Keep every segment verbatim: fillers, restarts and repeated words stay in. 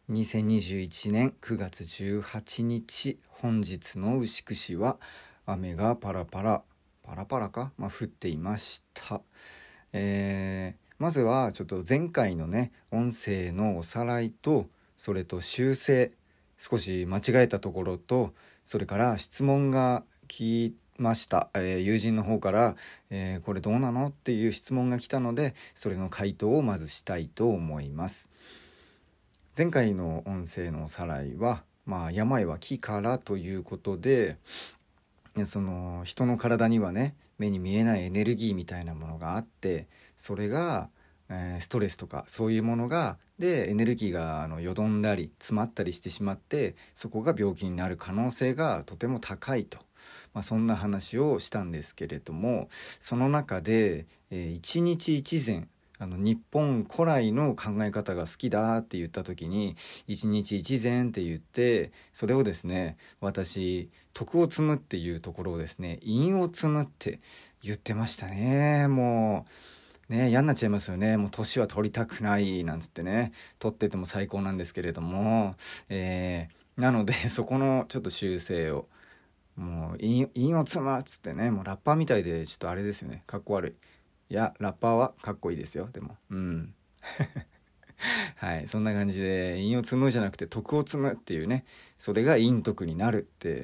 にせんにじゅういちねんくがつじゅうはちにち、本日の牛久市は雨がパラパラパラパラか、まあ、降っていました。えー、まずはちょっと前回のね音声のおさらいと、それと修正、少し間違えたところと、それから質問が来ました、えー、友人の方から、えー、これどうなのっていう質問が来たので、それの回答をまずしたいと思います。前回の音声のおさらいは、まあ、病は気からということで、その人の体にはね、目に見えないエネルギーみたいなものがあって、それが、えーストレスとかそういうものがでエネルギーがあのよどんだり詰まったりしてしまって、そこが病気になる可能性がとても高いと、まあ、そんな話をしたんですけれども、その中で、えー一日一善、あの日本古来の考え方が好きだって言った時に、一日一善って言って、それをですね、私徳を積むっていうところをですね、陰を積むって言ってましたね。もうね、嫌になっちゃいますよね。もう年は取りたくないなんつってね、取ってても最高なんですけれども、えー、なのでそこのちょっと修正を、もう陰、陰を積むっつってね、もうラッパーみたいでちょっとあれですよね、かっこ悪い。いや、ラッパーはかっこいいですよ、でも。うん。はい、そんな感じで、陰を積むじゃなくて徳を積むっていうね、それが陰徳になるって、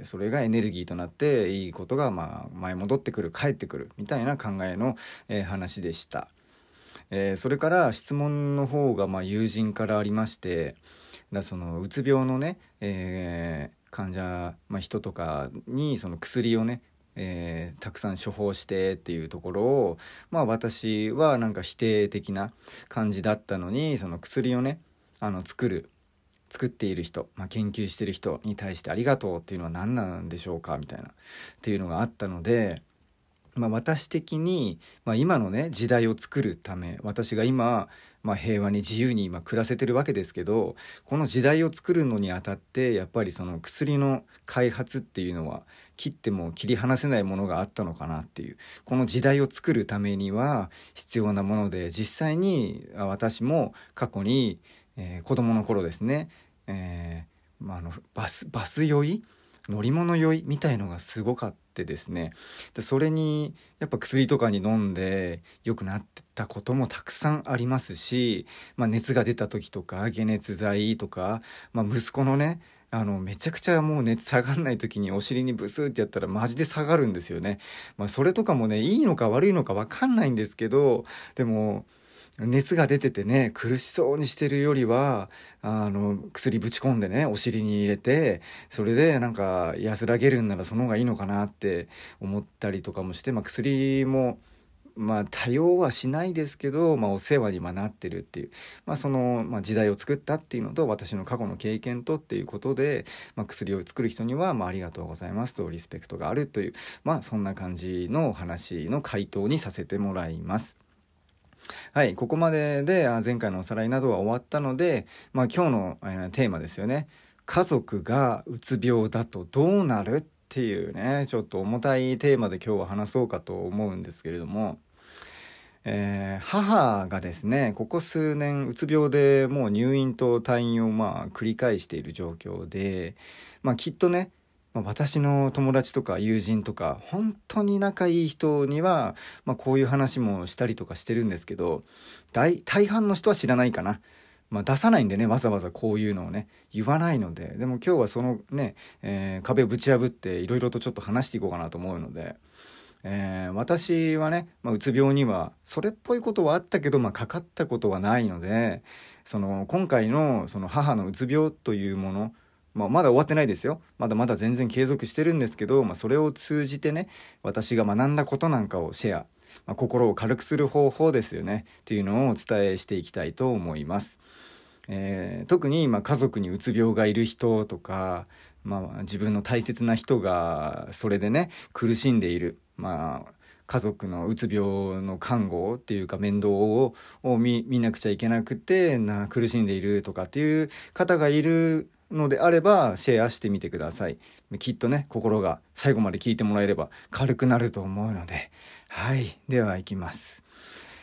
それがエネルギーとなっていいことがまあ前戻ってくる、返ってくるみたいな考えの、えー話でした。えーそれから質問の方がまあ友人からありまして、だそのうつ病のね、えー患者、まあ、人とかにその薬をね、えーたくさん処方してっていうところを、まあ私はなんか否定的な感じだったのに、その薬をね、あの作る作っている人、まあ、研究している人に対してありがとうっていうのは何なんでしょうかみたいなっていうのがあったので、まあ、私的に、まあ、今のね時代を作るため、私が今、まあ、平和に自由に今暮らせてるわけですけど、この時代を作るのにあたってやっぱりその薬の開発っていうのは切っても切り離せないものがあったのかなっていう、この時代を作るためには必要なもので、実際にあ私も過去に、えー子供の頃ですね、えーまあ、あのバスバス酔い、乗り物酔いみたいのがすごかってですね、でそれにやっぱ薬とかに飲んで良くなってたこともたくさんありますし、まあ、熱が出た時とか解熱剤とか、まあ、息子のね、あのめちゃくちゃもう熱下がんない時にお尻にブスってやったらマジで下がるんですよね。まあ、それとかもね、いいのか悪いのか分かんないんですけど、でも熱が出ててね苦しそうにしてるよりは、あの薬ぶち込んでねお尻に入れて、それでなんか安らげるんならその方がいいのかなって思ったりとかもして、まあ、薬もまあ多用はしないですけど、まあ、お世話にまあなってるっていう、まあ、その、まあ、時代を作ったっていうのと私の過去の経験とっていうことで、まあ、薬を作る人には、まあ、ありがとうございますとリスペクトがあるという、まあ、そんな感じのお話の回答にさせてもらいます。はい、ここまでであ前回のおさらいなどは終わったので、まあ、今日の、えーテーマですよね。家族がうつ病だとどうなるっていうね、ちょっと重たいテーマで今日は話そうかと思うんですけれども、えー母がですね、ここ数年うつ病でもう入院と退院をまあ繰り返している状況で、まあ、きっとね、まあ私の友達とか友人とか本当に仲いい人には、まあ、こういう話もしたりとかしてるんですけど、大、大半の人は知らないかな。まあ、出さないんでね、わざわざこういうのをね言わないので、でも今日はそのね、えー壁をぶち破っていろいろとちょっと話していこうかなと思うので、えー私はね、まあ、うつ病にはそれっぽいことはあったけど、まあ、かかったことはないので、その今回のその母のうつ病というもの、まあ、まだ終わってないですよ。まだまだ全然継続してるんですけど、まあ、それを通じてね、私が学んだことなんかをシェア、まあ、心を軽くする方法ですよねっていうのをお伝えしていきたいと思います。えー特にまあ家族にうつ病がいる人とか、まあ、自分の大切な人がそれでね苦しんでいる、まあ、家族のうつ病の看護っていうか面倒をを見、見なくちゃいけなくてな苦しんでいるとかっていう方がいるのであればシェアしてみてください。きっとね心が最後まで聞いてもらえれば軽くなると思うので、はい、では行きます。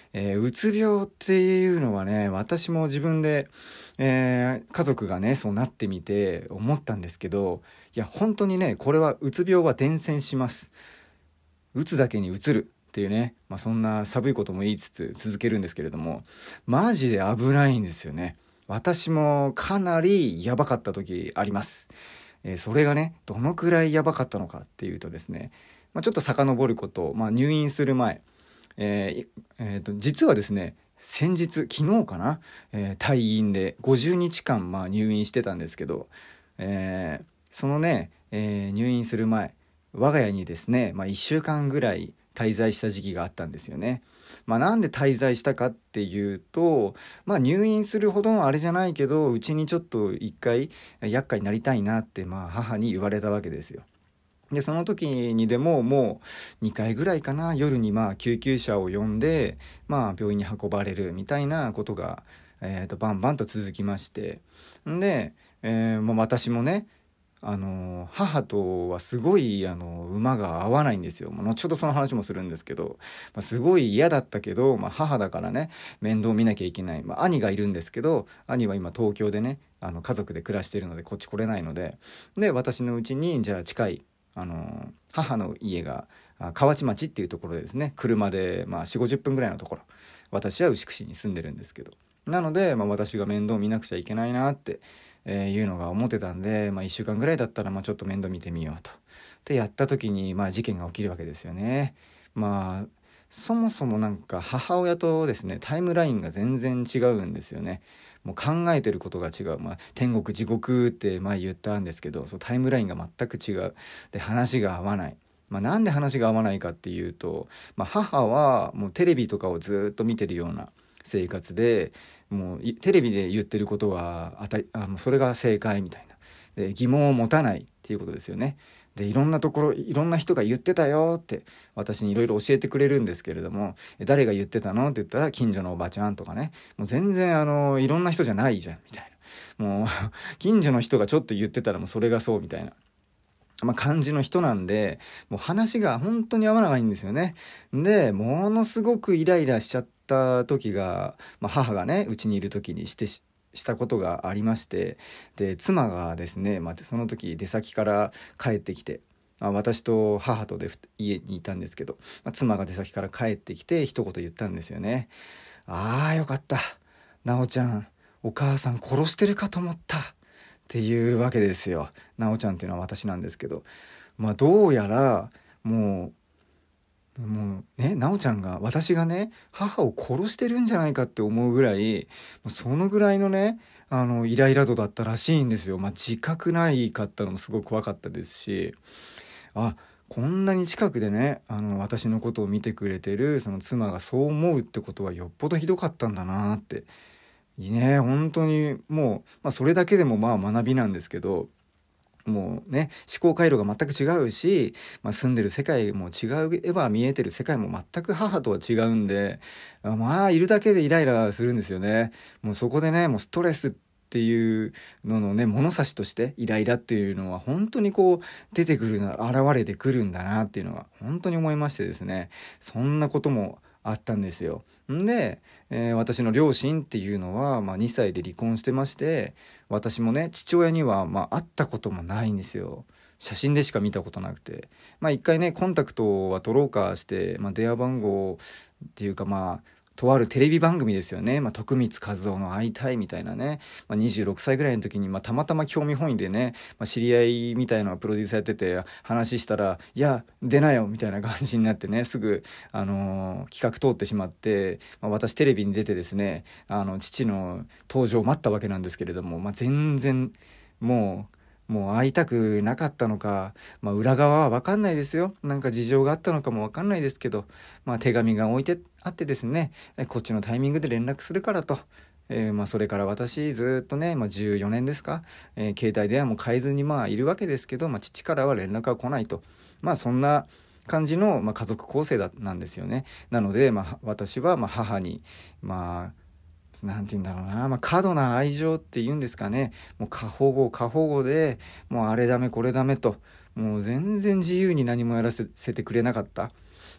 えー、うつ病っていうのはね、私も自分で、えー、家族がねそうなってみて思ったんですけど、いや本当にね、これはうつ病は伝染します。うつだけにうつるっていうね、まあ、そんな寒いことも言いつつ続けるんですけれども、マジで危ないんですよね。私もかなりやばかった時あります。えー、それがねどのくらいやばかったのかっていうとですね、まあ、ちょっと遡ること、まあ、入院する前、えーえーと実はですね、先日昨日かな、えー退院でごじゅうにちかん、まあ、入院してたんですけど、えーそのね、えー入院する前、我が家にですね、まあ、いっしゅうかんぐらい滞在した時期があったんですよね。まあ、なんで滞在したかっていうと、まあ、入院するほどのあれじゃないけど、うちにちょっと一回厄介になりたいなって、まあ、母に言われたわけですよ。でその時にでももうにかいぐらいかな、夜にまあ救急車を呼んで、まあ、病院に運ばれるみたいなことが、えー、とバンバンと続きまして、んで、えーまあ、私もね、あの母とはすごいあの馬が合わないんですよ。まあ後ほどその話もするんですけど、まあ、すごい嫌だったけど、まあ、母だからね面倒見なきゃいけない、まあ、兄がいるんですけど、兄は今東京でねあの家族で暮らしているのでこっち来れないので、で私のうちにじゃあ近いあの母の家が河内町っていうところでですね、車でまあよんじゅうごじゅっぷんぐらいのところ、私は牛久市に住んでるんですけど、なので、まあ、私が面倒見なくちゃいけないなってえーいうのが思ってたんで、まあ、いっしゅうかんぐらいだったらまあちょっと面倒見てみようと。でやった時にまあ事件が起きるわけですよね。まあそもそもなんか母親とですねタイムラインが全然違うんですよね。もう考えてることが違う、まあ、天国地獄って前言ったんですけど、そうタイムラインが全く違う。で話が合わない。まあ、なんで話が合わないかっていうと、まあ、母はもうテレビとかをずっと見てるような生活で、もうテレビで言ってることは当たりあもうそれが正解みたいな、で疑問を持たないっていうことですよね。でいろんなところいろんな人が言ってたよって私にいろいろ教えてくれるんですけれども、誰が言ってたのって言ったら近所のおばちゃんとかね、もう全然あのいろんな人じゃないじゃんみたいな、もう近所の人がちょっと言ってたらもうそれがそうみたいな、まあ、感じの人なんで、もう話が本当に合わないんですよね。でものすごくイライラしちゃった時が、まあ、母がねうちにいる時にしてししたことがありまして、で妻がですね、まあ、その時出先から帰ってきて、まあ、私と母とで家にいたんですけど、まあ、妻が出先から帰ってきて一言言ったんですよね。ああよかった、なおちゃんお母さん殺してるかと思ったっていうわけですよ。なおちゃんっていうのは私なんですけど、まあどうやらもうもうね、なおちゃんが私がね母を殺してるんじゃないかって思うぐらい、もうそのぐらいのねあのイライラ度だったらしいんですよ。まあ自覚ないかったのもすごく怖かったですし、あこんなに近くでねあの私のことを見てくれてるその妻がそう思うってことはよっぽどひどかったんだなっていいね、本当にもう、まあ、それだけでもまあ学びなんですけど、もうね思考回路が全く違うし、まあ、住んでる世界も違えば見えてる世界も全く母とは違うんで、まあいるだけでイライラするんですよね。もうそこでねもうストレスっていうののね物差しとしてイライラっていうのは本当にこう出てくるな現れてくるんだなっていうのは本当に思いましてですね、そんなこともあったんですよ。んで、えー私の両親っていうのは、まあ、にさいで離婚してまして、私もね父親には、まあ、会ったこともないんですよ。写真でしか見たことなくて、まあ一回ねコンタクトは取ろうかして、まあ、電話番号っていうかまあとあるテレビ番組ですよね、まあ、徳光和夫の会いたいみたいなね、まあ、にじゅうろくさいぐらいの時に、まあ、たまたま興味本位でね、まあ、知り合いみたいなプロデューサーやってて話したら「いや出なよ」みたいな感じになってね、すぐ、あのー企画通ってしまって、まあ、私テレビに出てですねあの父の登場を待ったわけなんですけれども、まあ、全然もうもう会いたくなかったのか、まあ、裏側は分かんないですよ。なんか事情があったのかも分かんないですけど、まあ、手紙が置いてあってですね、えこっちのタイミングで連絡するからと、えーまあそれから私ずっとね、まあ、じゅうよねんですか、えー携帯電話も変えずにまあいるわけですけど、まあ、父からは連絡が来ないと、まあそんな感じの、まあ、家族構成だなんですよね。なので、まあ、私はまあ母にまあなんて言うんだろうな、まあ、過度な愛情って言うんですかね、もう過保護過保護で、もうあれダメこれダメと、もう全然自由に何もやらせてくれなかった。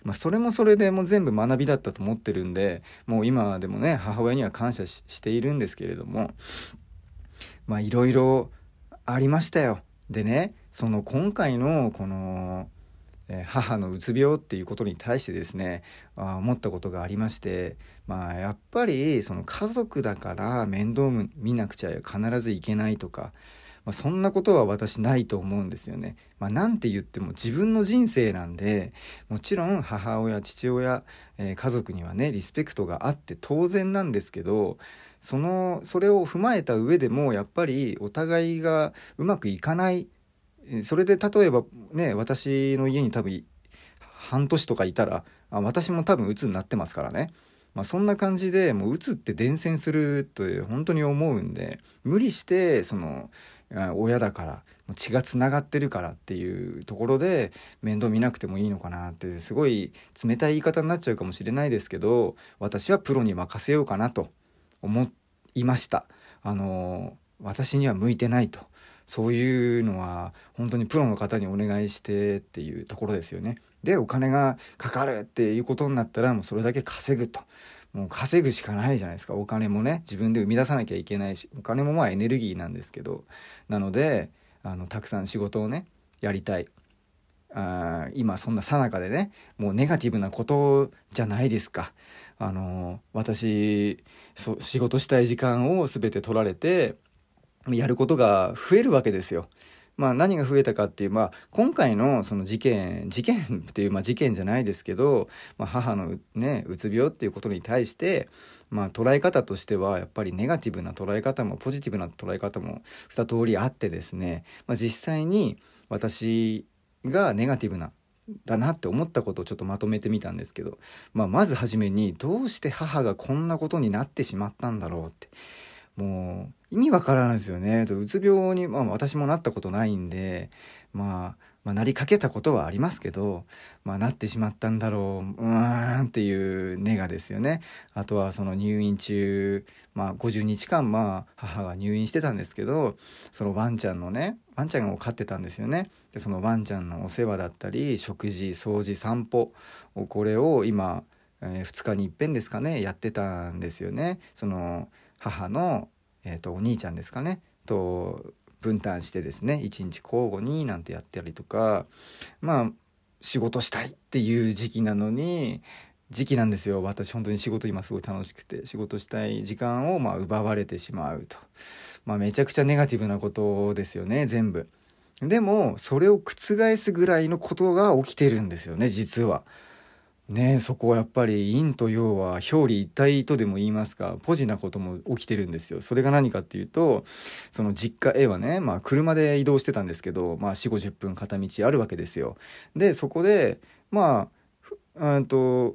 まあ、それもそれでもう全部学びだったと思ってるんで、もう今でもね母親には感謝 し, しているんですけれども、まあいろいろありましたよ。でね、その今回のこのえ母のうつ病っていうことに対してですね、あ思ったことがありまして、まあやっぱりその家族だから面倒見なくちゃ必ずいけないとか、まあ、そんなことは私ないと思うんですよね。まあ、なんて言っても自分の人生なんで、もちろん母親父親、えー家族にはねリスペクトがあって当然なんですけど、そのそれを踏まえた上でもやっぱりお互いがうまくいかない。えそれで例えばね、私の家に多分半年とかいたら、あ私も多分鬱になってますからね。まあ、そんな感じでもう鬱って伝染すると本当に思うんで、無理してそのあ親だから血がつながってるからっていうところで面倒見なくてもいいのかなって、すごい冷たい言い方になっちゃうかもしれないですけど、私はプロに任せようかなと思いました。あの私には向いてないと、そういうのは本当にプロの方にお願いしてっていうところですよね。でお金がかかるっていうことになったらもうそれだけ稼ぐと、もう稼ぐしかないじゃないですか。お金もね自分で生み出さなきゃいけないし、お金もまあエネルギーなんですけど、なのであのたくさん仕事をねやりたい。あ今そんな最中でね、もうネガティブなことじゃないですか。あの私そ仕事したい時間を全て取られてやることが増えるわけですよ。まあ何が増えたかっていう、まあ今回のその事件、事件っていう、まあ事件じゃないですけど、まあ母のね、うつ病っていうことに対して、まあ捉え方としてはやっぱりネガティブな捉え方もポジティブな捉え方も二通りあってですね、まあ実際に私がネガティブなだなって思ったことをちょっとまとめてみたんですけど、まあまずはじめにどうして母がこんなことになってしまったんだろうって。もう意味わからないですよね。うつ病に、まあ、私もなったことないんで、まあ、まあなりかけたことはありますけど、まあ、なってしまったんだろううーんっていうネガですよね。あとはその入院中、まあ、ごじゅうにちかんまあ母が入院してたんですけど、そのワンちゃんのねワンちゃんを飼ってたんですよね。でそのワンちゃんのお世話だったり食事掃除散歩、これを今、えー、ふつかに一遍ですかねやってたんですよね。その母の、えー、とお兄ちゃんですかねと分担してですね、一日交互になんてやったりとか、まあ仕事したいっていう時期なのに時期なんですよ。私本当に仕事今すごい楽しくて、仕事したい時間をまあ奪われてしまうと、まあめちゃくちゃネガティブなことですよね全部。でもそれを覆すぐらいのことが起きてるんですよね実は。ねえ、そこはやっぱり陰と陽は表裏一体とでも言いますか、ポジなことも起きてるんですよ。それが何かっていうと、その実家へはね、まあ車で移動してたんですけど、まあよん、ごじゅっぷん片道あるわけですよ。でそこでまあうんと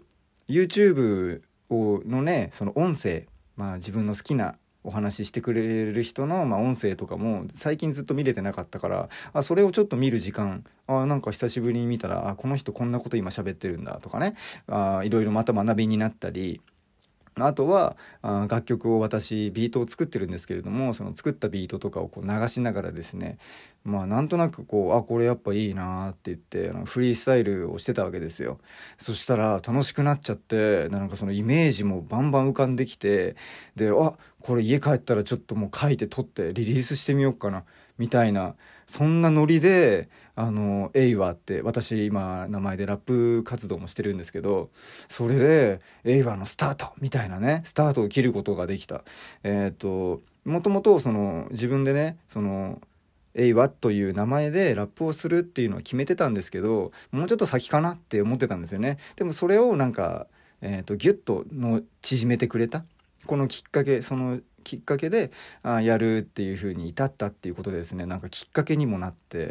YouTube をのねその音声、まあ自分の好きなお話ししてくれる人の、まあ、音声とかも最近ずっと見れてなかったから、あそれをちょっと見る時間、あなんか久しぶりに見たら、あこの人こんなこと今喋ってるんだとかね、あいろいろまた学びになったり、あとはあ楽曲を私ビートを作ってるんですけれども、その作ったビートとかをこう流しながらですね、まあなんとなくこうあこれやっぱいいなって言ってあのフリースタイルをしてたわけですよ。そしたら楽しくなっちゃって、なんかそのイメージもバンバン浮かんできて、であこれ家帰ったらちょっともう書いて撮ってリリースしてみようかなみたいな、そんなノリであのエイワって私今名前でラップ活動もしてるんですけど、それでエイワのスタートみたいなねスタートを切ることができた。えっともともとその自分でねそのエイワという名前でラップをするっていうのは決めてたんですけど、もうちょっと先かなって思ってたんですよね。でもそれをなんか、えー、とギュッとの縮めてくれたこのきっかけ、そのきっかけであやるっていう風に至ったっていうことでですね、なんかきっかけにもなって、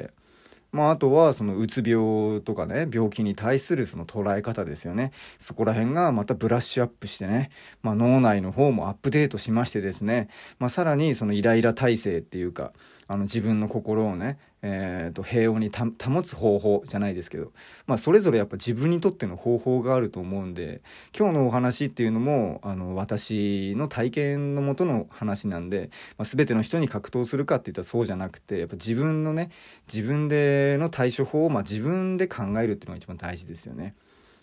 まあ、あとはそのうつ病とかね病気に対するその捉え方ですよね。そこら辺がまたブラッシュアップしてね、まあ、脳内の方もアップデートしましてですね、まあ、さらにそのイライラ耐性っていうか、あの自分の心をね、えー、と平穏にた保つ方法じゃないですけど、まあ、それぞれやっぱ自分にとっての方法があると思うんで、今日のお話っていうのもあの私の体験のもとの話なんで、まあ、全ての人に格闘するかっていったらそうじゃなくて、やっぱ自分のね自分での対処法をまあ自分で考えるっていうのが一番大事ですよね。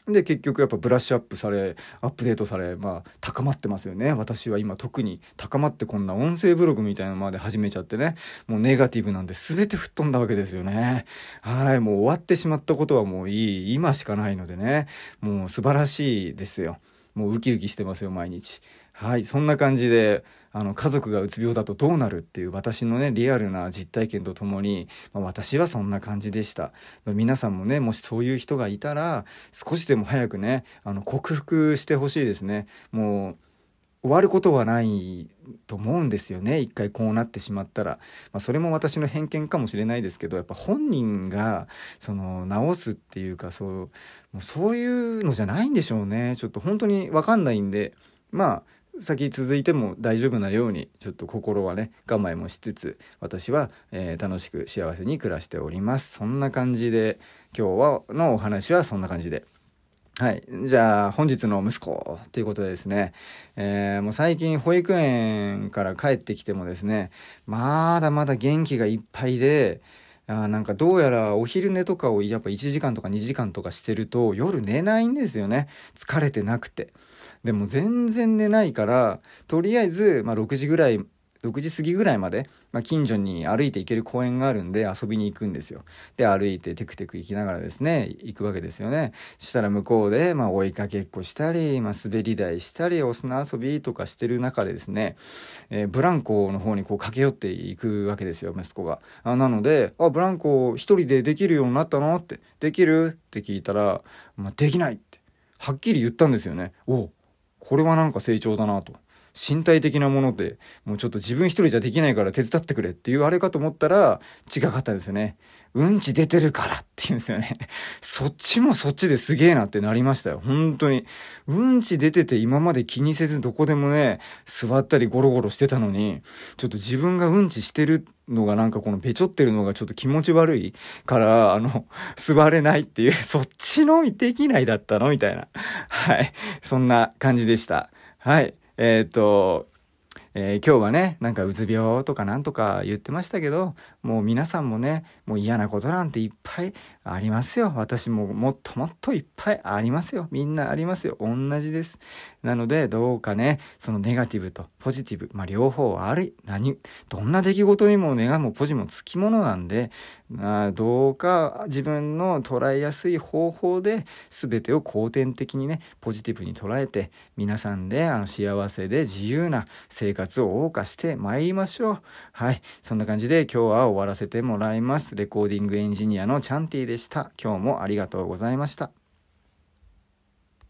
で結局やっぱブラッシュアップされアップデートされ、まあ高まってますよね。私は今特に高まって、こんな音声ブログみたいなのまで始めちゃってね、もうネガティブなんで全て吹っ飛んだわけですよね。はい、もう終わってしまったことはもういい、今しかないのでね、もう素晴らしいですよ。もうウキウキしてますよ毎日。はい、そんな感じで、あの家族がうつ病だとどうなるっていう私のねリアルな実体験とともに、まあ、私はそんな感じでした。まあ、皆さんもね、もしそういう人がいたら少しでも早くね、あの克服してほしいですね。もう終わることはないと思うんですよね、一回こうなってしまったら。まあ、それも私の偏見かもしれないですけど、やっぱ本人がその治すっていうか、そうもうそういうのじゃないんでしょうね。ちょっと本当に分かんないんで、まあ先続いても大丈夫なようにちょっと心はね我慢もしつつ、私は、えー楽しく幸せに暮らしております。そんな感じで今日はのお話はそんな感じで、はい。じゃあ、本日の息子ということでですね、えーもう最近保育園から帰ってきてもですね、まだまだ元気がいっぱいで、あーなんかどうやらお昼寝とかをやっぱいちじかんとかにじかんとかしてると夜寝ないんですよね。疲れてなくて。でも全然寝ないから、とりあえず、まあ、ろくじぐらい、ろくじ過ぎぐらいまで、まあ、近所に歩いて行ける公園があるんで遊びに行くんですよ。で、歩いてテクテク行きながらですね、行くわけですよね。そしたら向こうで、まあ、追いかけっこしたり、まあ、滑り台したり、お砂遊びとかしてる中でですね、えーブランコの方にこう駆け寄っていくわけですよ、息子が。あなので、あ、ブランコ一人でできるようになったのって、できるって聞いたら、まあ、できないって、はっきり言ったんですよね。おこれはなんか成長だなと。身体的なもので、もうちょっと自分一人じゃできないから手伝ってくれっていうあれかと思ったら違かったんですよね。うんち出てるからって言うんですよね。そっちもそっちですげえなってなりましたよ。本当に。うんち出てて今まで気にせずどこでもね、座ったりゴロゴロしてたのに、ちょっと自分がうんちしてるのがなんかこのペチョってるのがちょっと気持ち悪いから、あの、座れないっていう、そっちのできないだったのみたいな。はい。そんな感じでした。はい。えっと、えー今日はね、なんかうつ病とかなんとか言ってましたけど、もう皆さんもね、もう嫌なことなんていっぱいありますよ。私ももっともっといっぱいありますよ。みんなありますよ。同じです。なので、どうかね、そのネガティブとポジティブ、まあ両方ある、何、どんな出来事にもネガもポジもつきものなんで、まあ、どうか自分の捉えやすい方法で全てを後天的にね、ポジティブに捉えて、皆さんであの幸せで自由な生活を謳歌してまいりましょう。はい。そんな感じで今日は終わらせてもらいます。レコーディングエンジニアのチャンティでした。今日もありがとうございました。